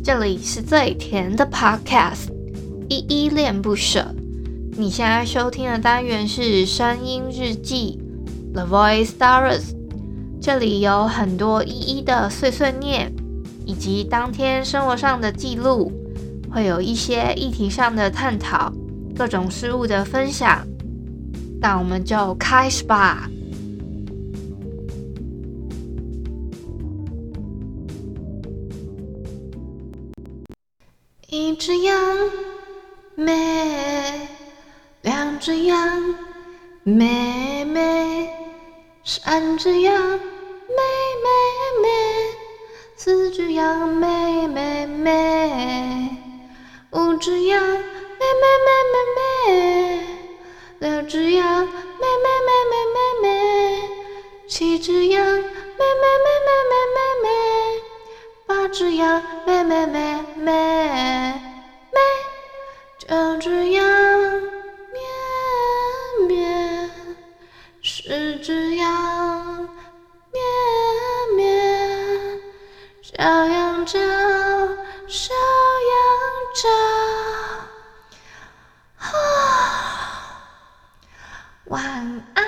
这里是最甜的 Podcast， 依依恋不舍。你现在收听的单元是声音日记 The Voice Diaries， 这里有很多依依的碎碎念，以及当天生活上的记录，会有一些议题上的探讨，各种事物的分享。那我们就开始吧。一只羊咩，两只羊咩咩，三只羊咩咩咩，四只羊咩咩咩，五只羊咩咩咩咩咩，六只羊咩咩咩咩咩咩，七只羊咩咩咩咩咩咩咩，八只羊咩咩咩咩咩，九只羊咩咩，十只羊咩咩，小羊叫小羊叫，晚安。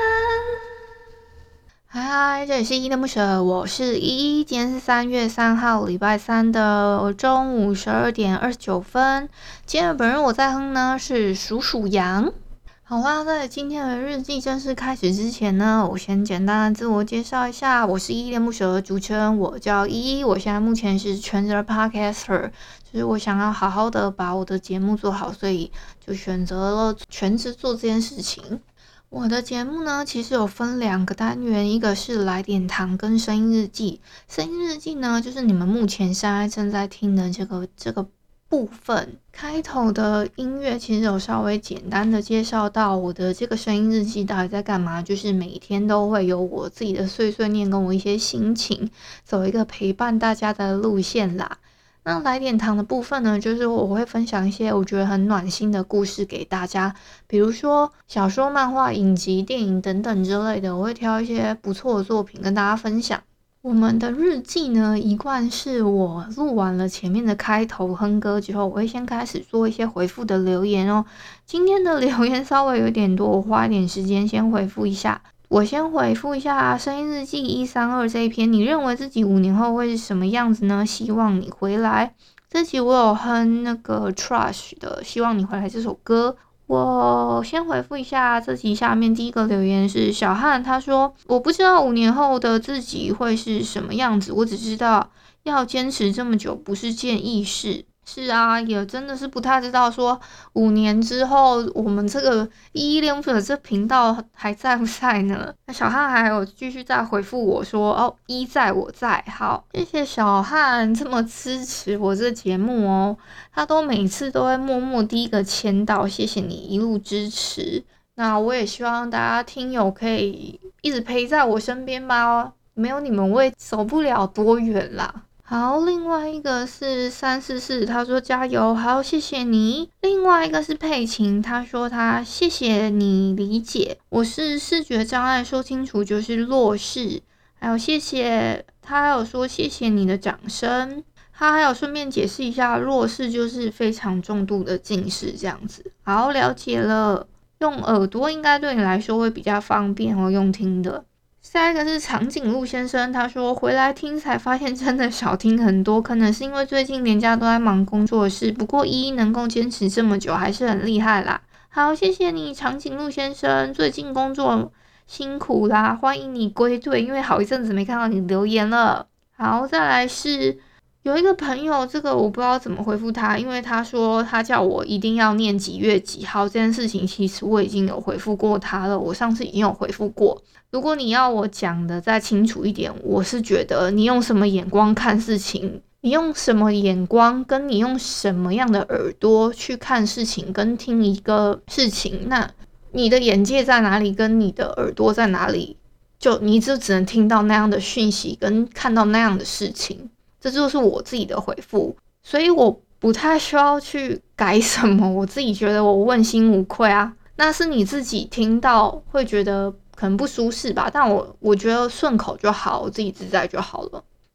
嗨，这里是依依恋不舍，我是依依。今天是3月3号，礼拜三的中午12点29分。今天的本日我在哼呢是属羊。好啦，在今天的日记正式开始之前呢，我先简单的自我介绍一下，我是依依恋不舍的主持人，我叫依依。我现在目前是全职 podcaster， 就是我想要好好的把我的节目做好，所以就选择了全职做这件事情。我的节目呢，其实有分2个单元，一个是来点糖跟声音日记。声音日记呢，就是你们目前现在正在听的这个部分。开头的音乐其实有稍微简单的介绍到我的这个声音日记到底在干嘛，就是每天都会有我自己的碎碎念跟我一些心情，走一个陪伴大家的路线啦。那来点糖的部分呢，就是我会分享一些我觉得很暖心的故事给大家，比如说小说、漫画、影集、电影等等之类的，我会挑一些不错的作品跟大家分享。我们的日记呢，一贯是我录完了前面的开头哼歌之后，我会先开始做一些回复的留言哦。今天的留言稍微有点多，我花一点时间先回复一下。我先回复一下声音日记132这一篇，你认为自己5年后会是什么样子呢？希望你回来。这集我有哼那个 Trash 的希望你回来这首歌。我先回复一下这集下面第一个留言是小汉，他说我不知道5年后的自己会是什么样子，我只知道要坚持这么久不是件易事。是啊，也真的是不太知道说5年之后我们这个依依恋不舍这频道还在不在呢？那小汉还有继续再回复我说依在我在。好，谢谢小汉这么支持我这节目哦，他都每次都会默默第一个签到，谢谢你一路支持。那我也希望大家听友可以一直陪在我身边吧，没有你们我也走不了多远啦。好，另外一个是344，他说加油，好，谢谢你。另外一个是佩琴，他说他谢谢你理解，我是视觉障碍，说清楚就是弱视。还有谢谢他，还有说谢谢你的掌声。他还有顺便解释一下，弱视就是非常重度的近视这样子。好，了解了，用耳朵应该对你来说会比较方便哦，用听的。下一个是长颈鹿先生，他说回来听才发现真的少听很多，可能是因为最近连假都在忙工作的事，不过依依能够坚持这么久还是很厉害啦。好，谢谢你长颈鹿先生，最近工作辛苦啦，欢迎你归队，因为好一阵子没看到你留言了。好，再来是有一个朋友，这个我不知道怎么回复他，因为他说他叫我一定要念几月几号这件事情，其实我已经有回复过他了，我上次已经有回复过。如果你要我讲的再清楚一点，我是觉得你用什么眼光看事情，你用什么眼光跟你用什么样的耳朵去看事情跟听一个事情，那你的眼界在哪里跟你的耳朵在哪里，你就只能听到那样的讯息跟看到那样的事情，这就是我自己的回复，所以我不太需要去改什么，我自己觉得我问心无愧啊。那是你自己听到会觉得可能不舒适吧，但我觉得顺口就好，我自己自在就好了。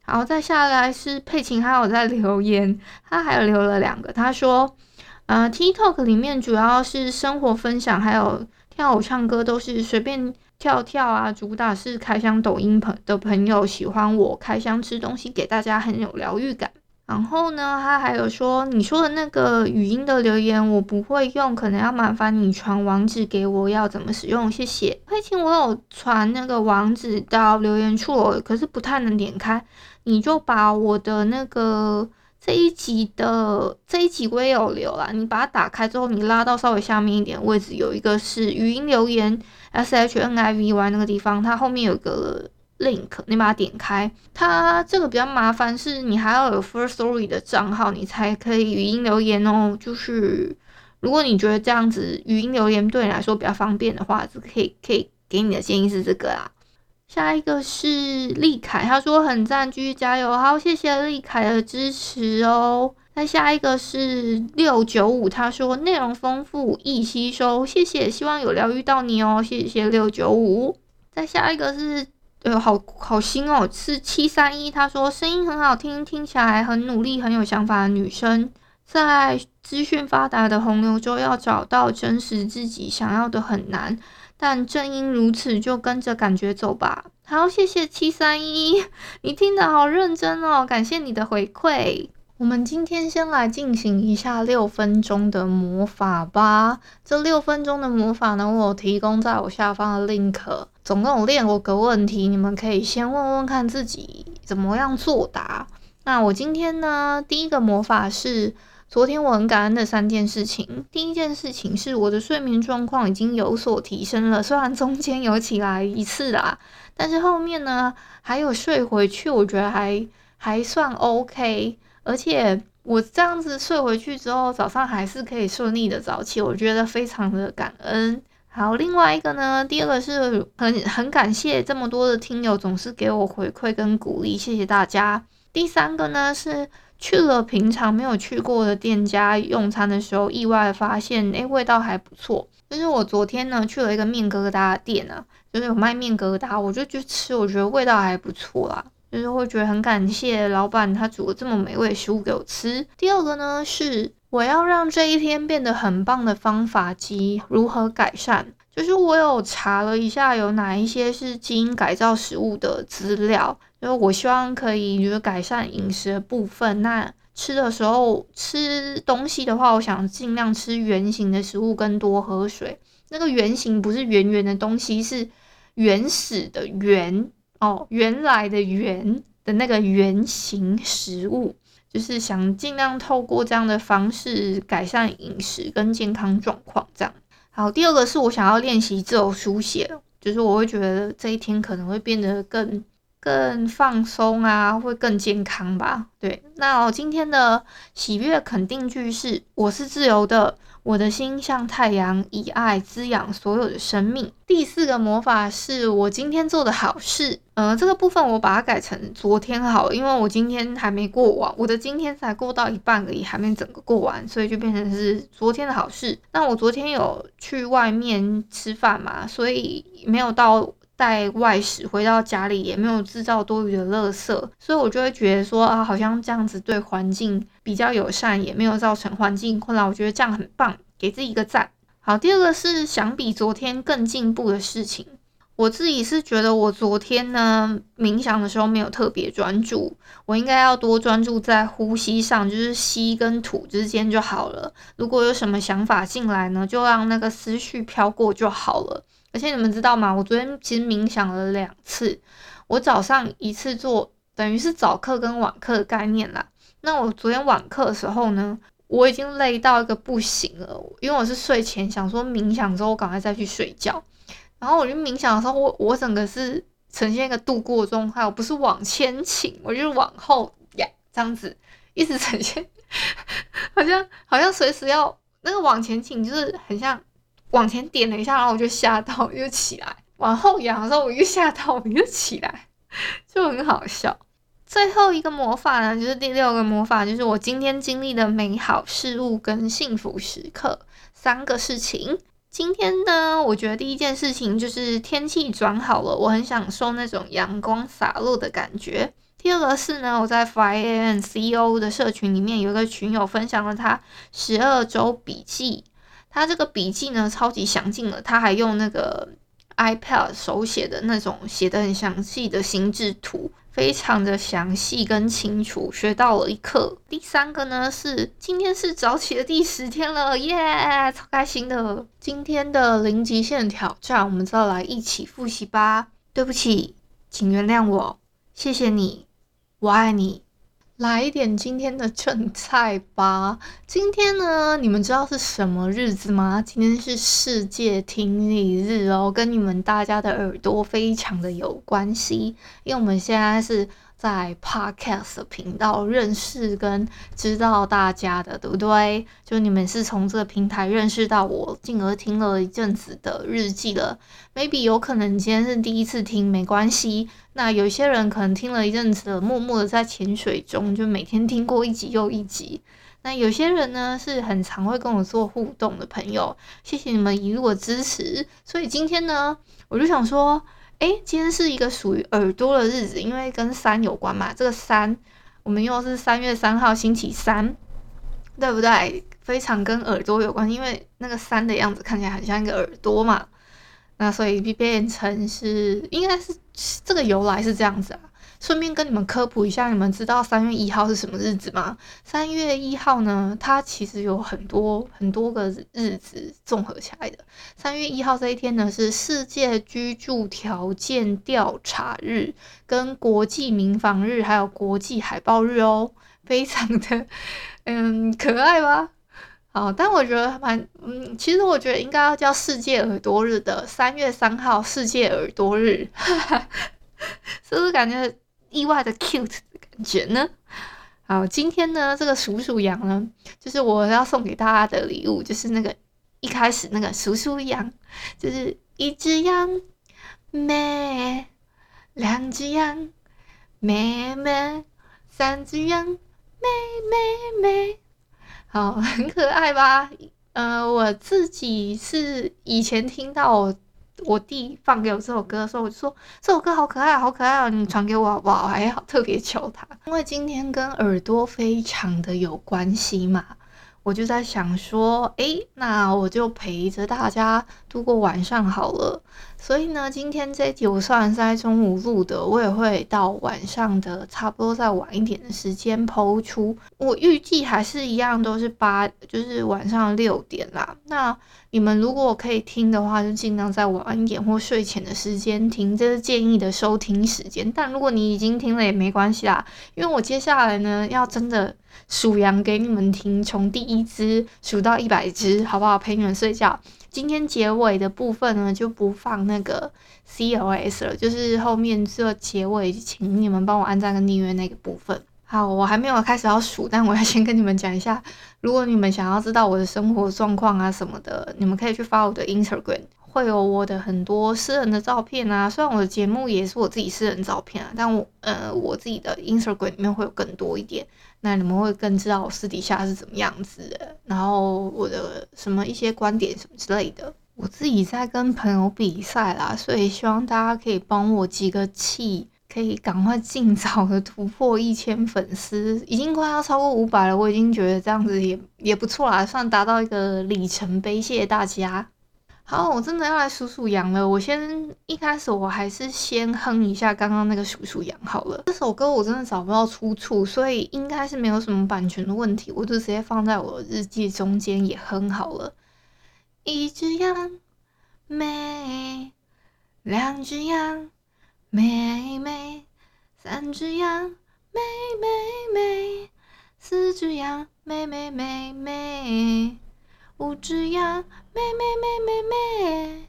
好，再下来是佩琴，还有在留言，他还有留了2个，他说TikTok 里面主要是生活分享，还有跳舞唱歌都是随便跳跳啊，主打是开箱抖音的朋友喜欢我开箱吃东西给大家很有疗愈感。然后呢，他还有说你说的那个语音的留言我不会用，可能要麻烦你传网址给我，要怎么使用？谢谢。佩琴，我有传那个网址到留言处了，可是不太能点开，你就把我的那个这一集我也有留啦，你把它打开之后，你拉到稍微下面一点位置，有一个是语音留言 SHNIVY 那个地方，它后面有个link， 你把它点开。它这个比较麻烦，是你还要有 Firstory 的账号，你才可以语音留言哦。就是如果你觉得这样子语音留言对你来说比较方便的话，可以给你的建议是这个啦。下一个是立凯，他说很赞，继续加油。好，谢谢立凯的支持哦。再下一个是695，他说内容丰富易吸收，谢谢，希望有疗愈到你哦，谢谢695。再下一个是好新哦，是731，他说声音很好听，听起来很努力很有想法的女生，在资讯发达的洪流中要找到真实自己想要的很难，但正因如此就跟着感觉走吧。好，谢谢731，你听得好认真哦，感谢你的回馈。我们今天先来进行一下6分钟的魔法吧。这6分钟的魔法呢，我有提供在我下方的 link， 总共有练过个问题，你们可以先问问看自己怎么样作答。那我今天呢，第一个魔法是昨天我很感恩的3件事情。第一件事情是我的睡眠状况已经有所提升了，虽然中间有起来一次啦，但是后面呢还有睡回去，我觉得还算 OK。而且我这样子睡回去之后，早上还是可以顺利的早起，我觉得非常的感恩。好，另外一个呢，第二个是很感谢这么多的听友总是给我回馈跟鼓励，谢谢大家。第三个呢是去了平常没有去过的店家用餐的时候，意外发现味道还不错。就是我昨天呢去了一个面疙瘩店啊，就是有卖面疙瘩，我就去吃，我觉得味道还不错啦。就是会觉得很感谢老板他煮了这么美味的食物给我吃。第二个呢是我要让这一天变得很棒的方法及如何改善，就是我有查了一下有哪一些是基因改造食物的资料，就是我希望可以就是改善饮食的部分。那吃的时候吃东西的话，我想尽量吃原形的食物跟多喝水。那个原形不是圆圆的东西，是原始的原原来的原的那个原型食物，就是想尽量透过这样的方式改善饮食跟健康状况这样。好，第二个是我想要练习自由书写，就是我会觉得这一天可能会变得更放松啊，会更健康吧。对，那今天的喜悦肯定句是我是自由的，我的心像太阳，以爱滋养所有的生命。第4个魔法是我今天做的好事，这个部分我把它改成昨天好了，因为我今天还没过完，我的今天才过到一半而已，还没整个过完，所以就变成是昨天的好事。那我昨天有去外面吃饭嘛，所以没有到带外食回到家里，也没有制造多余的垃圾，所以我就会觉得说好像这样子对环境比较友善，也没有造成环境困扰，我觉得这样很棒，给自己一个赞。好，第二个是想比昨天更进步的事情。我自己是觉得我昨天呢冥想的时候没有特别专注，我应该要多专注在呼吸上，就是吸跟吐之间就好了。如果有什么想法进来呢，就让那个思绪飘过就好了。而且你们知道吗？我昨天其实冥想了2次，我早上一次做，等于是早课跟晚课的概念啦。那我昨天晚课的时候呢，我已经累到一个不行了，因为我是睡前想说冥想之后赶快再去睡觉，然后我就冥想的时候，我整个是呈现一个度过状态，我不是往前倾，我就是往后呀，这样子一直呈现，好像随时要那个往前倾，就是很像往前点了一下，然后我就吓到又起来，往后仰的时候我又吓到我又起来，就很好笑。最后一个魔法呢，就是第6个魔法，就是我今天经历的美好事物跟幸福时刻3个事情。今天呢，我觉得第一件事情就是天气转好了，我很享受那种阳光洒落的感觉。 第二个是呢，我在 FIANCO 的社群里面有一个群友分享了他12周笔记，他这个笔记呢超级详尽了，他还用那个 iPad 手写的那种写得很详细的心智图，非常的详细跟清楚，学到了一课。第三个呢是今天是早起的第10天了，耶，超开心的。今天的零极限挑战，我们再来一起复习吧。对不起，请原谅我，谢谢你，我爱你。来一点今天的正菜吧。今天呢，你们知道是什么日子吗？今天是世界听力日哦，跟你们大家的耳朵非常的有关系。因为我们现在是在 Podcast 的频道认识跟知道大家的，对不对？就你们是从这个平台认识到我，进而听了一阵子的日记了。maybe 有可能你今天是第一次听，没关系。那有些人可能听了一阵子了，默默的在潜水中，就每天听过一集又一集。那有些人呢是很常会跟我做互动的朋友，谢谢你们一路的支持。所以今天呢，我就想说，今天是一个属于耳朵的日子，因为跟3有关嘛。这个3，我们又是3月3号星期三，对不对？非常跟耳朵有关，因为那个3的样子看起来很像一个耳朵嘛。那所以变成是，应该是这个由来是这样子啊。顺便跟你们科普一下，你们知道3月1号是什么日子吗？3月1号呢，它其实有很多个日子综合起来的。3月1号这一天呢，是世界居住条件调查日、跟国际民防日，还有国际海豹日哦，非常的可爱吧？好，但我觉得其实我觉得应该要叫世界耳朵日的3月3号世界耳朵日，是不是感觉意外的 cute 的感觉呢？好，今天呢这个数数羊呢，就是我要送给大家的礼物，就是那个一开始那个数数羊，就是1只羊咩，2只羊咩咩，3只羊咩咩咩。好，很可爱吧？我自己是以前听到我弟放给我这首歌的时候，我就说这首歌好可爱，好可爱哦！你传给我好不好？还好特别求他，因为今天跟耳朵非常的有关系嘛。我就在想说，那我就陪着大家度过晚上好了。所以呢，今天这一集我虽然是在中午录的，我也会到晚上的差不多再晚一点的时间播出。我预计还是一样，都是就是晚上6点啦。那你们如果可以听的话，就尽量在晚一点或睡前的时间听，这是建议的收听时间。但如果你已经听了也没关系啦，因为我接下来呢要真的数羊给你们听，从第1只数到100只，好不好？陪你们睡觉。今天结尾的部分呢，就不放那个 CLS 了，就是后面这结尾，请你们帮我按赞跟订阅那个部分。好，我还没有开始要数，但我要先跟你们讲一下，如果你们想要知道我的生活状况啊什么的，你们可以去发我的 Instagram， 会有我的很多私人的照片啊。虽然我的节目也是我自己私人照片啊，但我自己的 Instagram 里面会有更多一点。那你们会更知道我私底下是怎么样子的，然后我的什么一些观点什么之类的。我自己在跟朋友比赛啦，所以希望大家可以帮我集个气，可以赶快尽早的突破1000粉丝，已经快要超过500了，我已经觉得这样子也不错啦，算达到一个里程碑，谢谢大家。好，我真的要来数数羊了。一开始我还是先哼一下刚刚那个数数羊好了。这首歌我真的找不到出处，所以应该是没有什么版权的问题，我就直接放在我的日记中间也哼好了。1只羊咩，2只羊咩咩，3只羊咩咩咩，4只羊咩咩咩咩，5只羊咩咩咩咩咩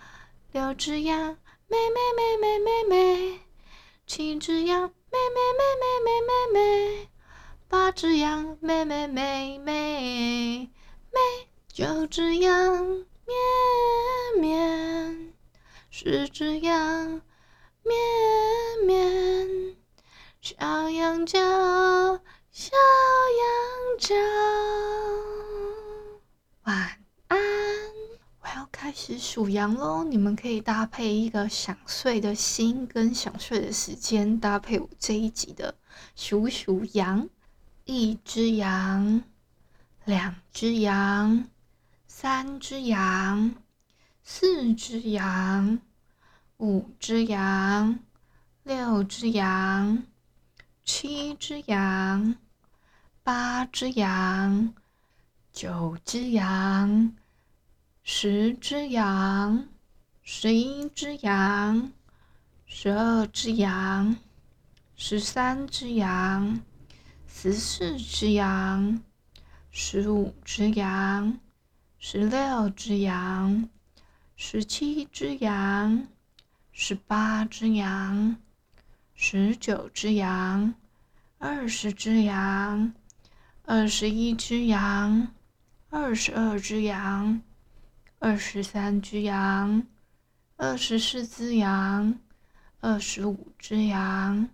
，6只羊咩咩咩咩咩咩，7只羊咩咩咩咩咩咩咩，8只羊咩咩咩咩咩，9只羊咩咩，10只羊咩咩，小羊叫，小羊叫，晚安，我要看。 开始数羊咯，你们可以搭配一个想睡的心跟想睡的时间，搭配我这一集的数羊。1只羊，2只羊，3只羊，4只羊，5只羊，6只羊，7只羊，8只羊，9只羊，10只羊，11只羊，12只羊，13只羊，14只羊，15只羊，16只羊，17只羊，18只羊，19只羊，20只羊，21只羊，22只羊，23只羊，24只羊，25只羊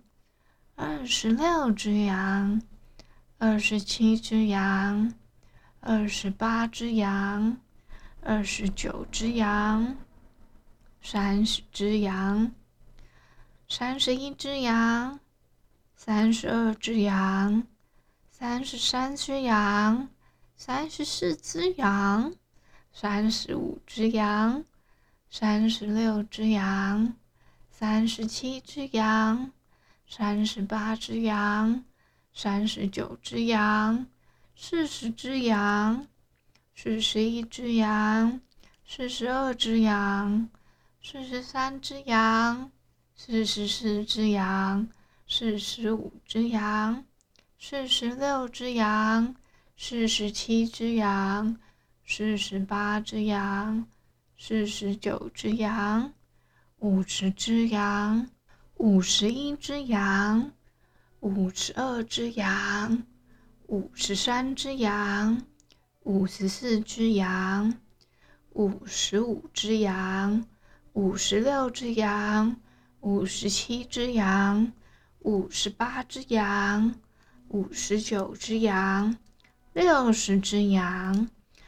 ，26只羊，27只羊，28只羊，29只羊，30只羊，31只羊，32只羊，33只羊，34只羊，35只羊，36只羊，37只羊，38只羊，39只羊，40只羊，41只羊，42只羊，43只羊，44只羊，45只羊，46只羊，47只羊，48只羊，49只羊，50只羊，51只羊，52只羊，53只羊，54只羊，55只羊，56只羊，57只羊，58只羊，59只羊，60只羊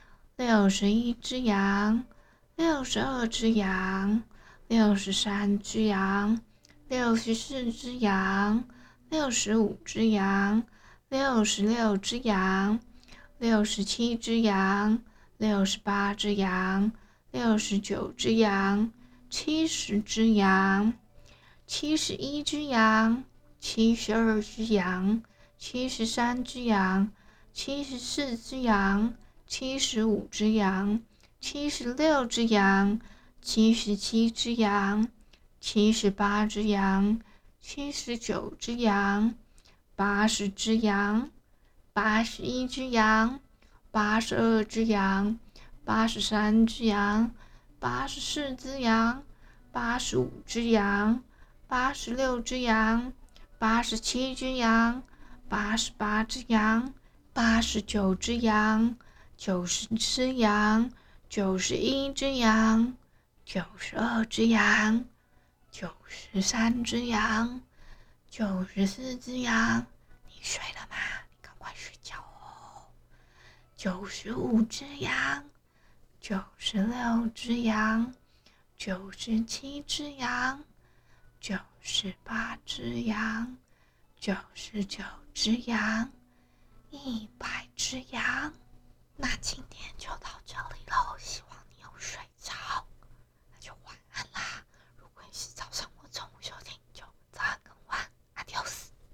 ，61只羊，62只羊，63只羊，64只羊，65只羊，66只羊，67只羊，68只羊，69只羊，70只羊，71只羊，72只羊，73只羊，74只羊，75只羊，76只羊，77只羊，78只羊，79只羊，80只羊，81只羊，82只羊，83只羊，84只羊，85只羊，86只羊，87只羊，88只羊，89只羊，90只羊，91只羊，92只羊，93只羊，94只羊。你睡了吗？你赶快睡觉哦。95只羊，96只羊，97只羊，98只羊，99只羊，100只羊。那今天就到这里喽，希望你有睡着。